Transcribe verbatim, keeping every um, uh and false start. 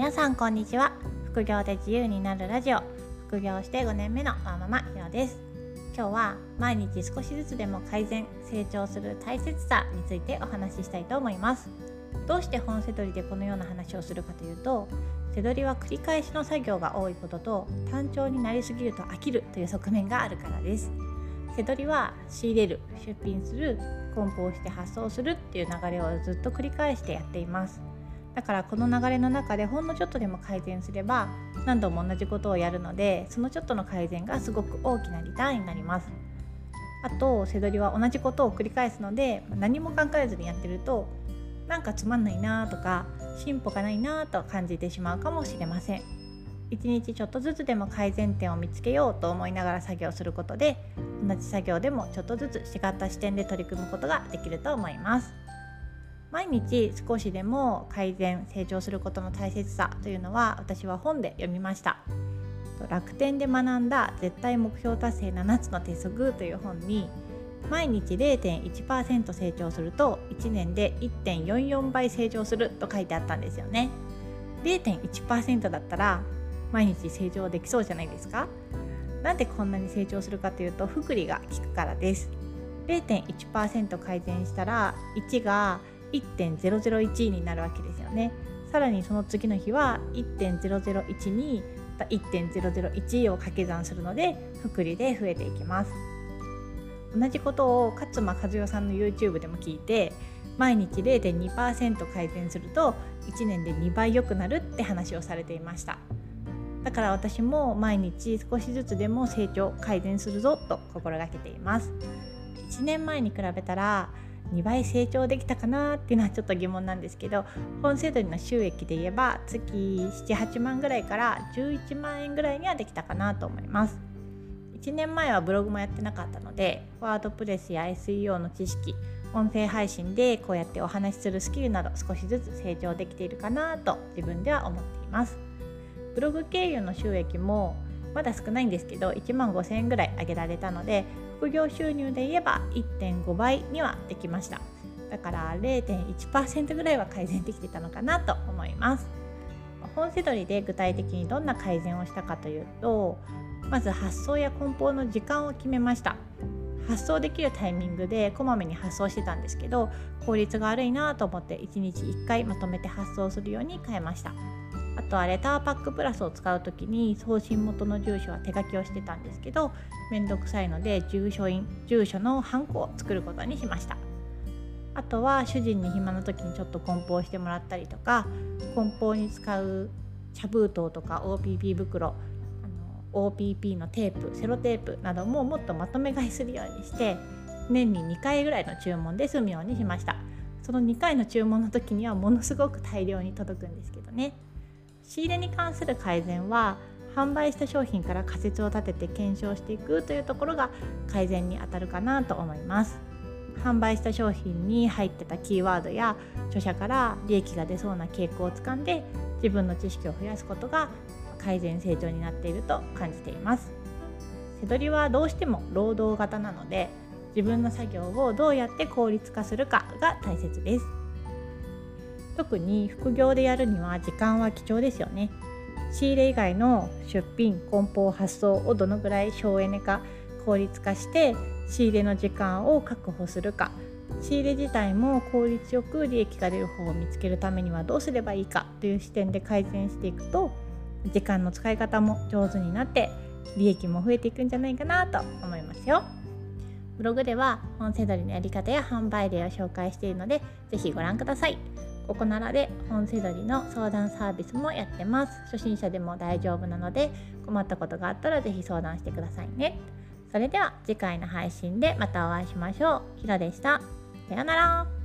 皆さんこんにちは。副業で自由になるラジオ、副業してごねんめのワーママひろです。今日は毎日少しずつでも改善成長する大切さについてお話ししたいと思います。どうして本セドリでこのような話をするかというと、セドリは繰り返しの作業が多いことと、単調になりすぎると飽きるという側面があるからです。セドリは仕入れる、出品する、梱包して発送するっていう流れをずっと繰り返してやっています。だからこの流れの中でほんのちょっとでも改善すれば何度も同じことをやるので、そのちょっとの改善がすごく大きなリターンになります。あとセドリは同じことを繰り返すので、何も考えずにやってるとなんかつまんないなとか進歩がないなと感じてしまうかもしれません。一日ちょっとずつでも改善点を見つけようと思いながら作業することで、同じ作業でもちょっとずつ違った視点で取り組むことができると思います。毎日少しでも改善成長することの大切さというのは、私は本で読みました。楽天で学んだ絶対目標達成ななつの鉄則という本に、毎日 れいてんいちパーセント 成長するといちねんで いってんよんよん 倍成長すると書いてあったんですよね。 れいてんいちパーセント だったら毎日成長できそうじゃないですか。なんでこんなに成長するかというと、複利が効くからです。 れいてんいちパーセント 改善したらいちが いってんぜろぜろいち になるわけですよね。さらにその次の日は いってんぜろぜろいち に いってんぜろぜろいち を掛け算するので、複利で増えていきます。同じことを勝間和代さんの YouTube でも聞いて、毎日 れいてんにパーセント 改善するといちねんでにばい良くなるって話をされていました。だから私も毎日少しずつでも成長改善するぞと心がけています。いちねんまえに比べたらにばい成長できたかなっていうのはちょっと疑問なんですけど、本セドリの収益で言えば月なな、はちまんぐらいからじゅういちまんえんぐらいにはできたかなと思います。いちねんまえはブログもやってなかったので、ワードプレスや エスイーオー の知識、音声配信でこうやってお話しするスキルなど少しずつ成長できているかなと自分では思っています。ブログ経由の収益もまだ少ないんですけど、いちまんごせんえんぐらい上げられたので、副業収入で言えば いってんごばいにはできました。だから れいてんいちパーセント ぐらいは改善できてたのかなと思います。本セドリで具体的にどんな改善をしたかというと、まず発送や梱包の時間を決めました。発送できるタイミングでこまめに発送してたんですけど、効率が悪いなと思っていちにちいっかいまとめて発送するように変えました。あとはレターパックプラスを使うときに送信元の住所は手書きをしてたんですけど、めんどくさいので住所印住所のハンコを作ることにしました。あとは主人に暇な時にちょっと梱包してもらったりとか、梱包に使う茶封筒とか オーピーピー 袋、あの オーピーピー のテープ、セロテープなどももっとまとめ買いするようにして、年ににかいぐらいの注文で済むようにしました。そのにかいの注文の時にはものすごく大量に届くんですけどね。仕入れに関する改善は、販売した商品から仮説を立てて検証していくというところが改善に当たるかなと思います。販売した商品に入ってたキーワードや著者から利益が出そうな傾向をつかんで、自分の知識を増やすことが改善成長になっていると感じています。セドリはどうしても労働型なので、自分の作業をどうやって効率化するかが大切です。特に副業でやるには時間は貴重ですよね。仕入れ以外の出品、梱包、発送をどのぐらい省エネ化、効率化して仕入れの時間を確保するか、仕入れ自体も効率よく利益が出る方を見つけるためにはどうすればいいかという視点で改善していくと、時間の使い方も上手になって利益も増えていくんじゃないかなと思いますよ。ブログでは本セドリのやり方や販売例を紹介しているので、ぜひご覧ください。ここならで本セドリの相談サービスもやってます。初心者でも大丈夫なので、困ったことがあったらぜひ相談してくださいね。それでは次回の配信でまたお会いしましょう。ひろでした。さようなら。